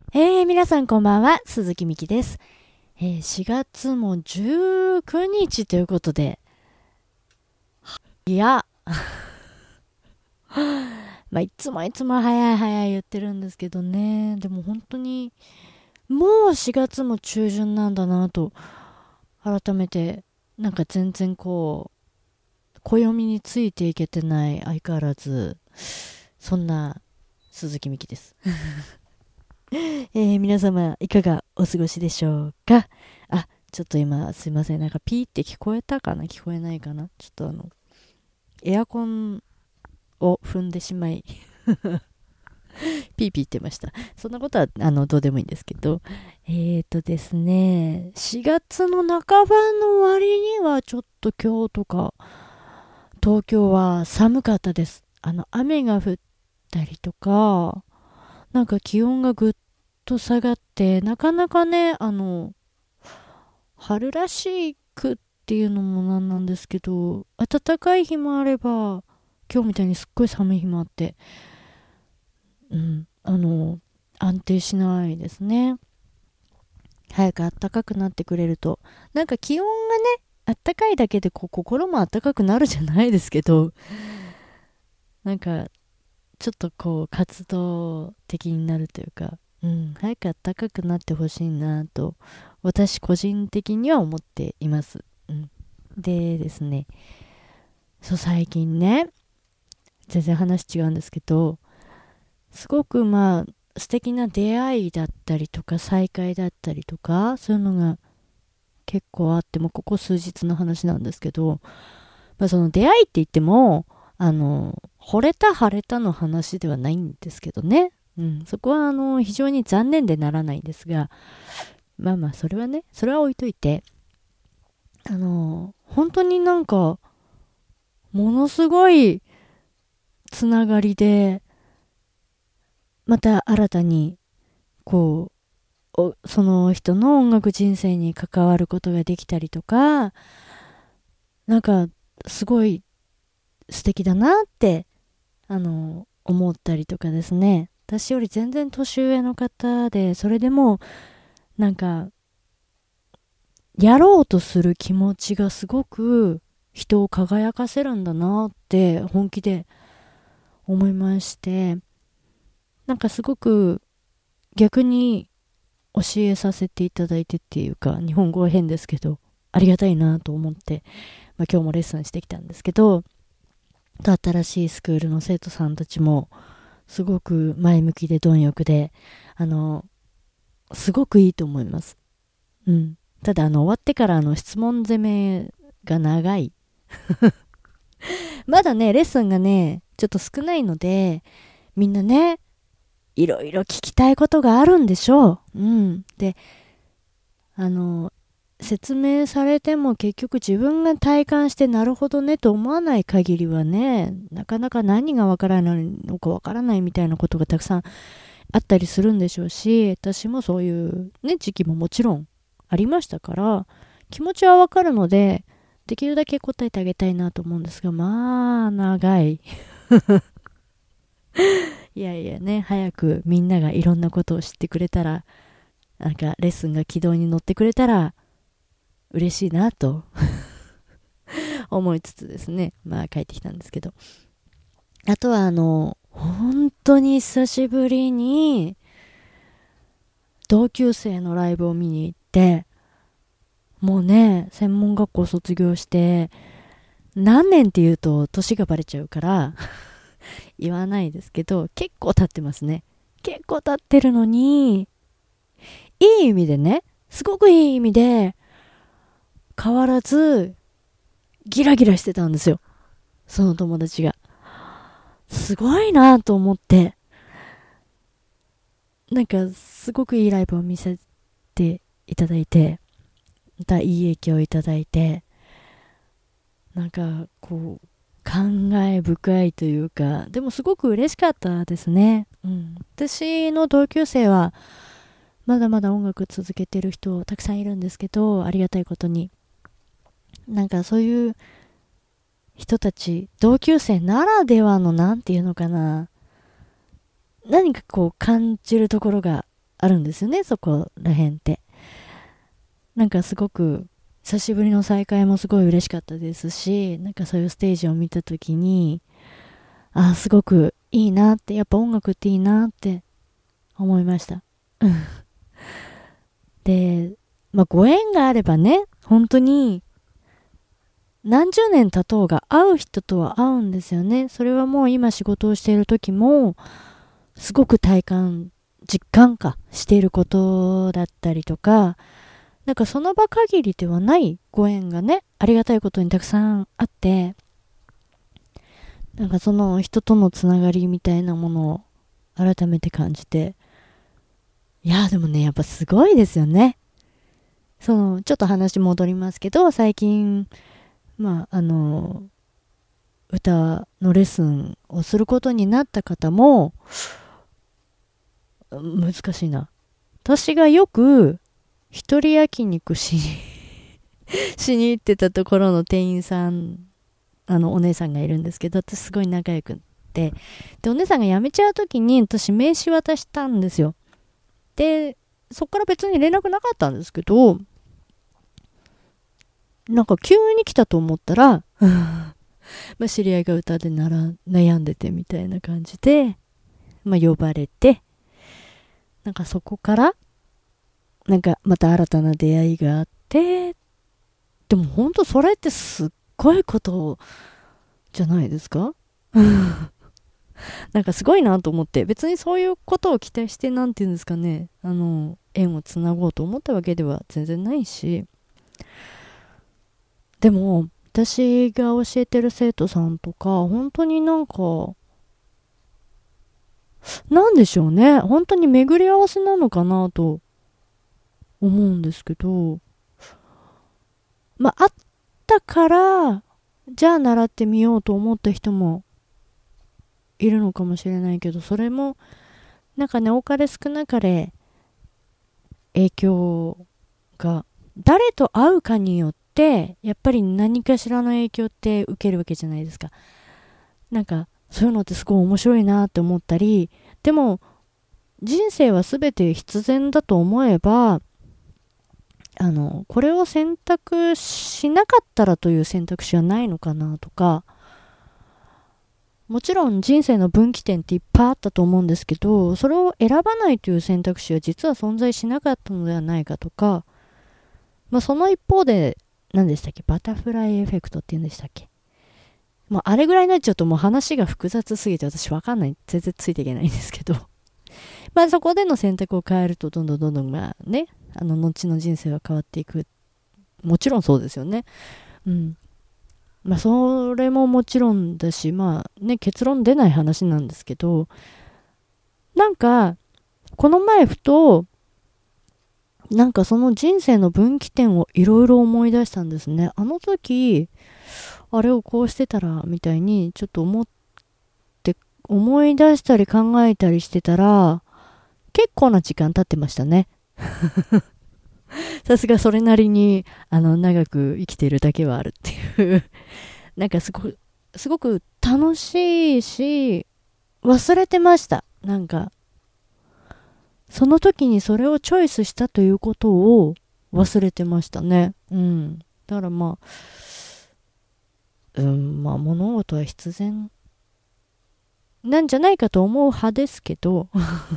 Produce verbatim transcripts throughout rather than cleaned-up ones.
えー、皆さんこんばんは、鈴木みきです。えー、しがつもじゅうくにちということで、いや、まあ、いつもいつも早い早い言ってるんですけどね、でも本当に、もうしがつも中旬なんだなと、改めて、なんか全然こう、暦についていけてない相変わらず、そんな鈴木みきです。えー、皆様いかがお過ごしでしょうか。あ、ちょっと今すいません。なんかピーって聞こえたかな聞こえないかなちょっとあの、エアコンを踏んでしまい、ピーピー言ってました。そんなことはあの、どうでもいいんですけど。えーとですね、しがつの半ばの割にはちょっと今日とか、東京は寒かったです。あの、雨が降ったりとか、なんか気温がぐっと下がって、なかなかね、あの、春らしくっていうのもなんなんですけど、暖かい日もあれば、今日みたいにすっごい寒い日もあって、うん、あの、安定しないですね。早く暖かくなってくれると。なんか気温がね、暖かいだけでこう心も暖かくなるじゃないですけど、なんかちょっとこう活動的になるというか、うん、早く暖かくなってほしいなと、私個人的には思っています。うん、でですね、そう、最近ね、全然話違うんですけど、すごくまあ、素敵な出会いだったりとか、再会だったりとか、そういうのが結構あって、もうここ数日の話なんですけど、まあその出会いって言っても、あの、惚れた腫れたの話ではないんですけどね。うん、そこはあの、非常に残念でならないんですが、まあまあ、それはね、それは置いといて、あの、本当になんか、ものすごいつながりで、また新たに、こう、その人の音楽人生に関わることができたりとか、なんか、すごい素敵だなって、あの、思ったりとかですね。私より全然年上の方で、それでも、なんか、やろうとする気持ちがすごく人を輝かせるんだなって本気で思いまして、なんかすごく逆に教えさせていただいてっていうか、日本語は変ですけど、ありがたいなと思って、まあ、今日もレッスンしてきたんですけど、新しいスクールの生徒さんたちも、すごく前向きで貪欲で、あの、すごくいいと思います。うん。ただ、あの、終わってからあの、質問攻めが長い。まだね、レッスンがね、ちょっと少ないので、みんなね、いろいろ聞きたいことがあるんでしょう。うん。で、あの、説明されても結局自分が体感してなるほどねと思わない限りはね、なかなか何がわからないのかわからないみたいなことがたくさんあったりするんでしょうし、私もそういうね、時期ももちろんありましたから、気持ちはわかるので、できるだけ答えてあげたいなと思うんですが、まあ、長い。いやいやね、早くみんながいろんなことを知ってくれたら、なんかレッスンが軌道に乗ってくれたら嬉しいなと思いつつですね、まあ帰ってきたんですけど。あとはあの、本当に久しぶりに同級生のライブを見に行って、もうね、専門学校卒業して、何年って言うと年がバレちゃうから言わないですけど、結構経ってますね。結構経ってるのに、いい意味でね、すごくいい意味で、変わらず、ギラギラしてたんですよ。その友達が。すごいなと思って、なんか、すごくいいライブを見せていただいて、またいい影響をいただいて、なんか、こう、感慨深いというか、でもすごく嬉しかったですね。うん。私の同級生は、まだまだ音楽続けてる人たくさんいるんですけど、ありがたいことに。なんかそういう人たち、同級生ならではのなんていうのかな。何かこう感じるところがあるんですよね、そこら辺って。なんかすごく久しぶりの再会もすごい嬉しかったですし、なんかそういうステージを見たときに、ああ、すごくいいなって、やっぱ音楽っていいなって思いました。で、まあご縁があればね、本当に何十年経とうが会う人とは会うんですよね。それはもう今仕事をしている時も、すごく体感、実感かしていることだったりとか、なんかその場限りではないご縁がね、ありがたいことにたくさんあって、なんかその人とのつながりみたいなものを改めて感じて、いやでもね、やっぱすごいですよね。その、ちょっと話戻りますけど、最近、まあ、あの、歌のレッスンをすることになった方も、難しいな。私がよく、一人焼肉しにしに行ってたところの店員さん、あの、お姉さんがいるんですけど、私すごい仲良くって、で、お姉さんが辞めちゃうときに、私名刺渡したんですよ。で、そっから別に連絡なかったんですけど、なんか急に来たと思ったら、まあ知り合いが歌でなら悩んでてみたいな感じで、まあ呼ばれて、なんかそこから、なんかまた新たな出会いがあって、でも本当それってすっごいことじゃないですか？なんかすごいなと思って、別にそういうことを期待してなんていうんですかね、あの、縁をつなごうと思ったわけでは全然ないし、でも、私が教えてる生徒さんとか、本当になんか、なんでしょうね。本当に巡り合わせなのかなと思うんですけど、まあ、あったから、じゃあ習ってみようと思った人もいるのかもしれないけど、それも、なんかね、多かれ少なかれ影響が、誰と会うかによって、やっぱり何かしらの影響って受けるわけじゃないですか。なんか、そういうのってすごい面白いなって思ったり、でも、人生は全て必然だと思えば、あの、これを選択しなかったらという選択肢はないのかなとか、もちろん人生の分岐点っていっぱいあったと思うんですけど、それを選ばないという選択肢は実は存在しなかったのではないかとか、まあその一方で、何でしたっけ、バタフライエフェクトって言うんでしたっけ。もうあれぐらいになっちゃうともう話が複雑すぎて私わかんない。全然ついていけないんですけど。まあそこでの選択を変えるとどんどんどんどんまあね、あの後の人生は変わっていく。もちろんそうですよね。うん。まあそれももちろんだし、まあね、結論出ない話なんですけど、なんか、この前ふと、なんかその人生の分岐点をいろいろ思い出したんですね。あの時、あれをこうしてたら、みたいにちょっと思って、思い出したり考えたりしてたら、結構な時間経ってましたね。さすがそれなりに、あの、長く生きているだけはあるっていう。なんかすごく、すごく楽しいし、忘れてました。なんか、その時にそれをチョイスしたということを忘れてましたね。うん。だからまあ、うん、まあ物事は必然なんじゃないかと思う派ですけど、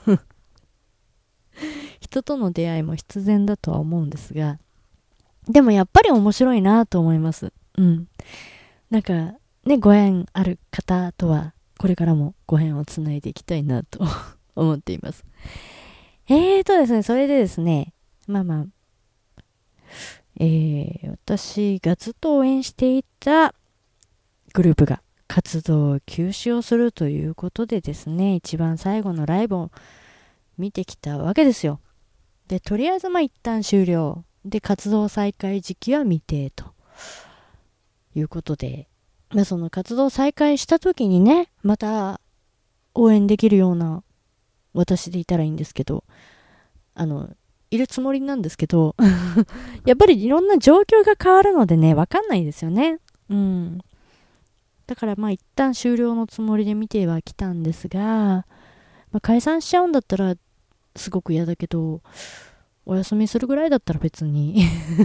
人との出会いも必然だとは思うんですが、でもやっぱり面白いなと思います。うん。なんか、ね、ご縁ある方とは、これからもご縁をつないでいきたいなと思っています。えーとですね、それでですね、まあまあ、えー、私がずっと応援していたグループが活動を休止をするということでですね、一番最後のライブを見てきたわけですよ。で、とりあえずまあ一旦終了。で、活動再開時期は未定ということで、まあ、その活動再開した時にね、また応援できるような私でいたらいいんですけど、あの、いるつもりなんですけど、やっぱりいろんな状況が変わるのでね、わかんないですよね。うん。だからまあ一旦終了のつもりで見てはきたんですが、まあ、解散しちゃうんだったら、 すごく嫌だけど、お休みするぐらいだったら別に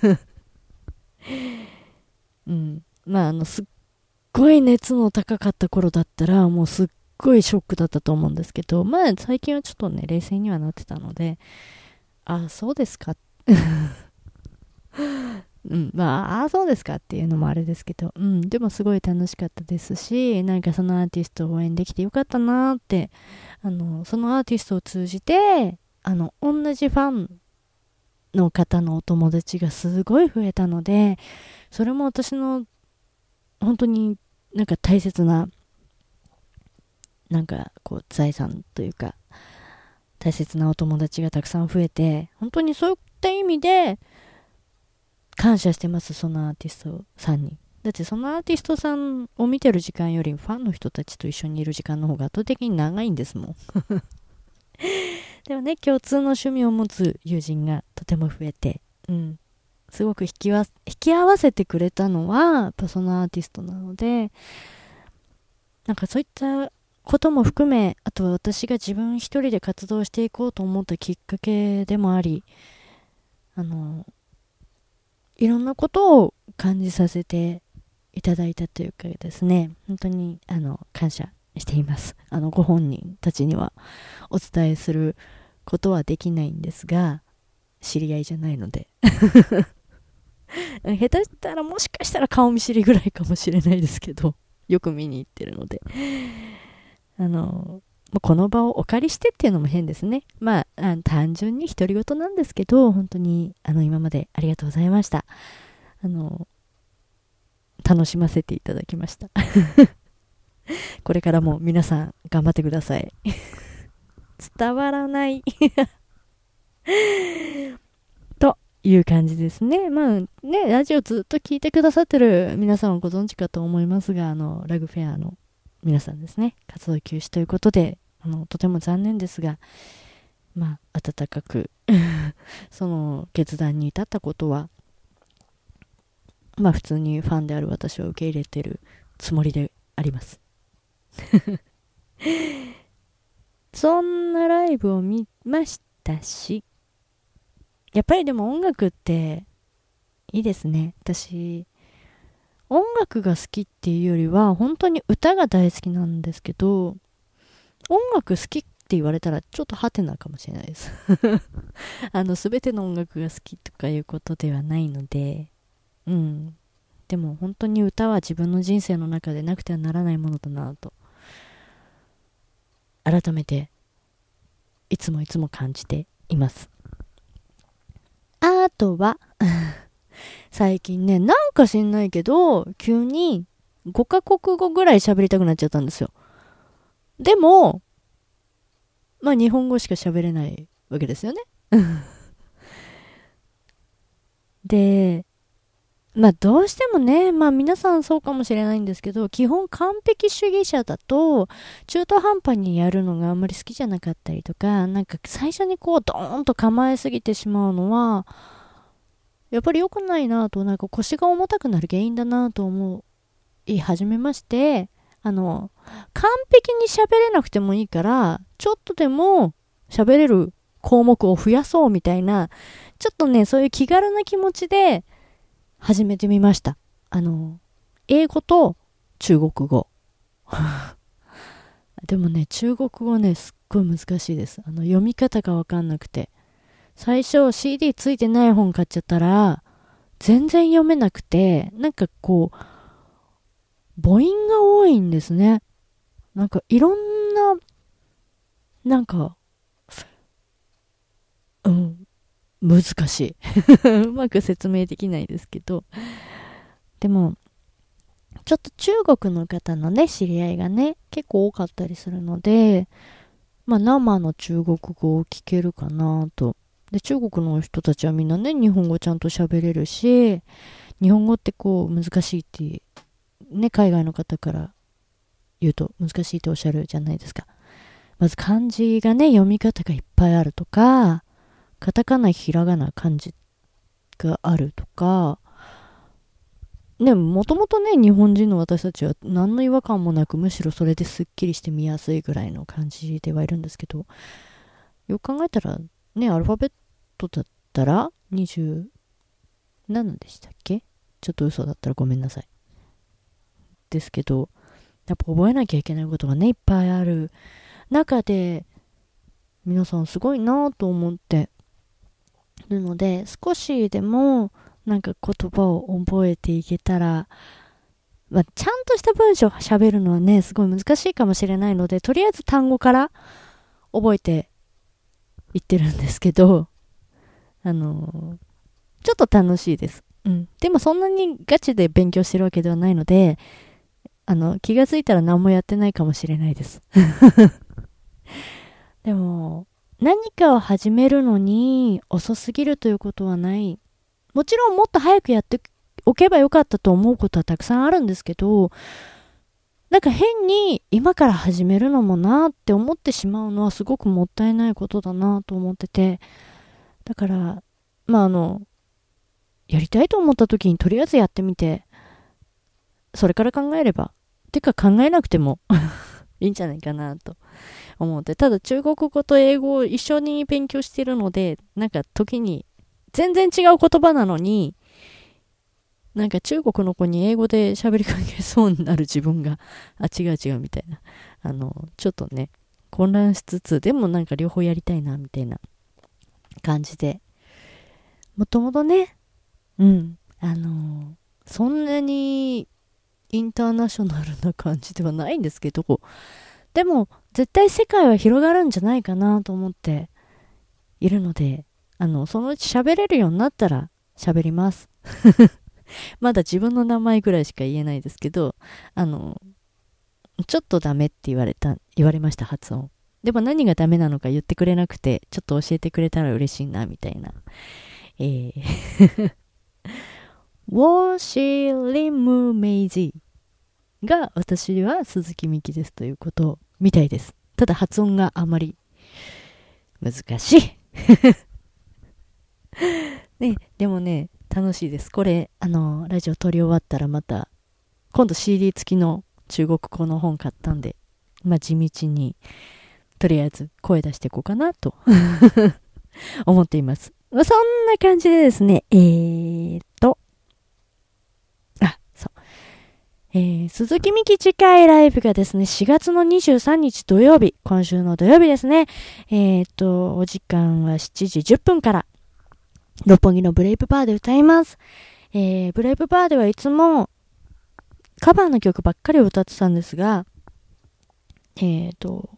うん、まああのすっごい熱の高かった頃だったらもうすっごいショックだったと思うんですけど、まあ最近はちょっとね冷静にはなってたので、あ、そうですかうん、まあ、ああ、そうですかっていうのもあれですけど、うん、でもすごい楽しかったですし、なんかそのアーティストを応援できてよかったなーって、あの、そのアーティストを通じて、あの、同じファンの方のお友達がすごい増えたので、それも私の本当になんか大切な、なんかこう財産というか、大切なお友達がたくさん増えて、本当にそういった意味で、感謝してます、そのアーティストさんに。だってそのアーティストさんを見てる時間よりファンの人たちと一緒にいる時間の方が圧倒的に長いんですもんでもね、共通の趣味を持つ友人がとても増えて、うん、すごく引きわ引き合わせてくれたのはやっぱそのアーティストなので、なんかそういったことも含め、あとは私が自分一人で活動していこうと思ったきっかけでもあり、あのいろんなことを感じさせていただいたというかですね、本当にあの感謝しています。あのご本人たちにはお伝えすることはできないんですが、知り合いじゃないので下手したらもしかしたら顔見知りぐらいかもしれないですけど、よく見に行ってるので、あのこの場をお借りしてっていうのも変ですね。まあ、あ単純に独り言なんですけど、本当にあの今までありがとうございました。あの楽しませていただきましたこれからも皆さん頑張ってください伝わらないという感じですね。まあね、ラジオずっと聞いてくださってる皆さんはご存知かと思いますが、あのラグフェアの皆さんですね、活動休止ということで、あのとても残念ですが、まあ温かくその決断に至ったことは、まあ普通にファンである私を受け入れてるつもりでありますそんなライブを見ましたし、やっぱりでも音楽っていいですね。私音楽が好きっていうよりは本当に歌が大好きなんですけど、音楽好きって言われたらちょっとハテナかもしれないですあの全ての音楽が好きとかいうことではないので、うん、でも本当に歌は自分の人生の中でなくてはならないものだなと改めていつもいつも感じています。あとは最近ね、なんか知んないけど急にごカ国語ぐらい喋りたくなっちゃったんですよ。でもまあ日本語しか喋れないわけですよねで、まあどうしてもね、まあ皆さんそうかもしれないんですけど、基本完璧主義者だと中途半端にやるのがあんまり好きじゃなかったりとか、なんか最初にこうドーンと構えすぎてしまうのはやっぱり良くないなと、なんか腰が重たくなる原因だなと思い始めまして、あの完璧に喋れなくてもいいからちょっとでも喋れる項目を増やそうみたいな、ちょっとねそういう気軽な気持ちで始めてみました。あの英語と中国語でもね中国語ねすっごい難しいです。あの読み方がわかんなくて、最初 シーディー ついてない本買っちゃったら全然読めなくて、なんかこう母音が多いんですね。なんかいろんななんかうん難しいうまく説明できないですけど、でもちょっと中国の方のね知り合いがね結構多かったりするので、まあ生の中国語を聞けるかなと。で中国の人たちはみんなね日本語ちゃんと喋れるし、日本語ってこう難しいってね海外の方から言うと難しいっておっしゃるじゃないですか。まず漢字がね読み方がいっぱいあるとか、カタカナひらがな漢字があるとかね、もともとね日本人の私たちは何の違和感もなく、むしろそれですっきりして見やすいぐらいの感じではいるんですけど、 よく考えたらね、アルファベットだったらにじゅうななでしたっけ？ちょっと嘘だったらごめんなさい。ですけど、やっぱ覚えなきゃいけないことがね、いっぱいある中で、皆さんすごいなと思ってるので、少しでもなんか言葉を覚えていけたら、まあ、ちゃんとした文章を喋るのはね、すごい難しいかもしれないので、とりあえず単語から覚えていってるんですけど、あのー、ちょっと楽しいです。うん。でもそんなにガチで勉強してるわけではないので、あの、気がついたら何もやってないかもしれないです。でも、何かを始めるのに遅すぎるということはない。もちろんもっと早くやっておけばよかったと思うことはたくさんあるんですけど、なんか変に今から始めるのもなって思ってしまうのはすごくもったいないことだなと思ってて、だから、まああの、やりたいと思った時にとりあえずやってみて、それから考えれば、てか考えなくてもいいんじゃないかなと思って、ただ中国語と英語を一緒に勉強しているので、なんか時に全然違う言葉なのに、なんか中国の子に英語で喋りかけそうになる自分が、あ、違う違うみたいな。あの、ちょっとね、混乱しつつ、でもなんか両方やりたいな、みたいな感じで。もともとね、うん、あの、そんなにインターナショナルな感じではないんですけど、でも絶対世界は広がるんじゃないかなと思っているので、あの、そのうち喋れるようになったら喋ります。まだ自分の名前ぐらいしか言えないですけど、あの、ちょっとダメって言われた、言われました、発音。でも何がダメなのか言ってくれなくて、ちょっと教えてくれたら嬉しいな、みたいな。えー、ウォーシーリムメイジーが私は鈴木美希ですということみたいです。ただ発音があまり難しい。ね、でもね、楽しいです。これ、あの、ラジオ撮り終わったらまた、今度 シーディー 付きの中国語の本買ったんで、まあ地道に、とりあえず声出していこうかなと思っています。そんな感じでですね、えーっと、あ、そう。えー、鈴木美希次回ライブがですね、しがつのにじゅうさんにち土曜日、今週の土曜日ですね、えーっと、お時間はしちじじゅっぷんから、六本木のブレイブバーで歌います。えー、ブレイブバーではいつもカバーの曲ばっかりを歌ってたんですが、えーと、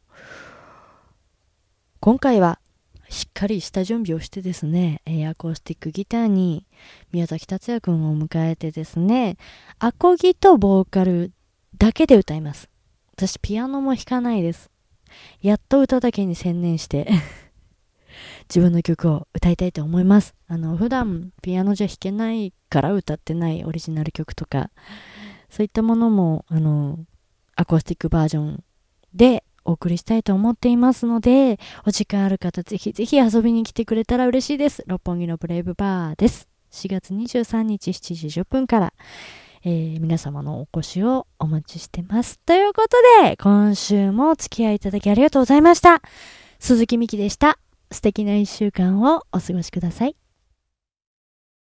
今回はしっかりした準備をしてですね、えー、アコースティックギターに宮崎達也くんを迎えてですね、アコギとボーカルだけで歌います。私ピアノも弾かないです。やっと歌だけに専念して自分の曲を歌いたいと思います。あの、普段ピアノじゃ弾けないから歌ってないオリジナル曲とか、そういったものも、あの、アコースティックバージョンでお送りしたいと思っていますので、お時間ある方ぜひぜひ遊びに来てくれたら嬉しいです。六本木のブレイブバーです。しがつにじゅうさんにちしちじじゅっぷんから、えー、皆様のお越しをお待ちしてます。ということで、今週もお付き合いいただきありがとうございました。鈴木美希でした。素敵な一週間をお過ごしください。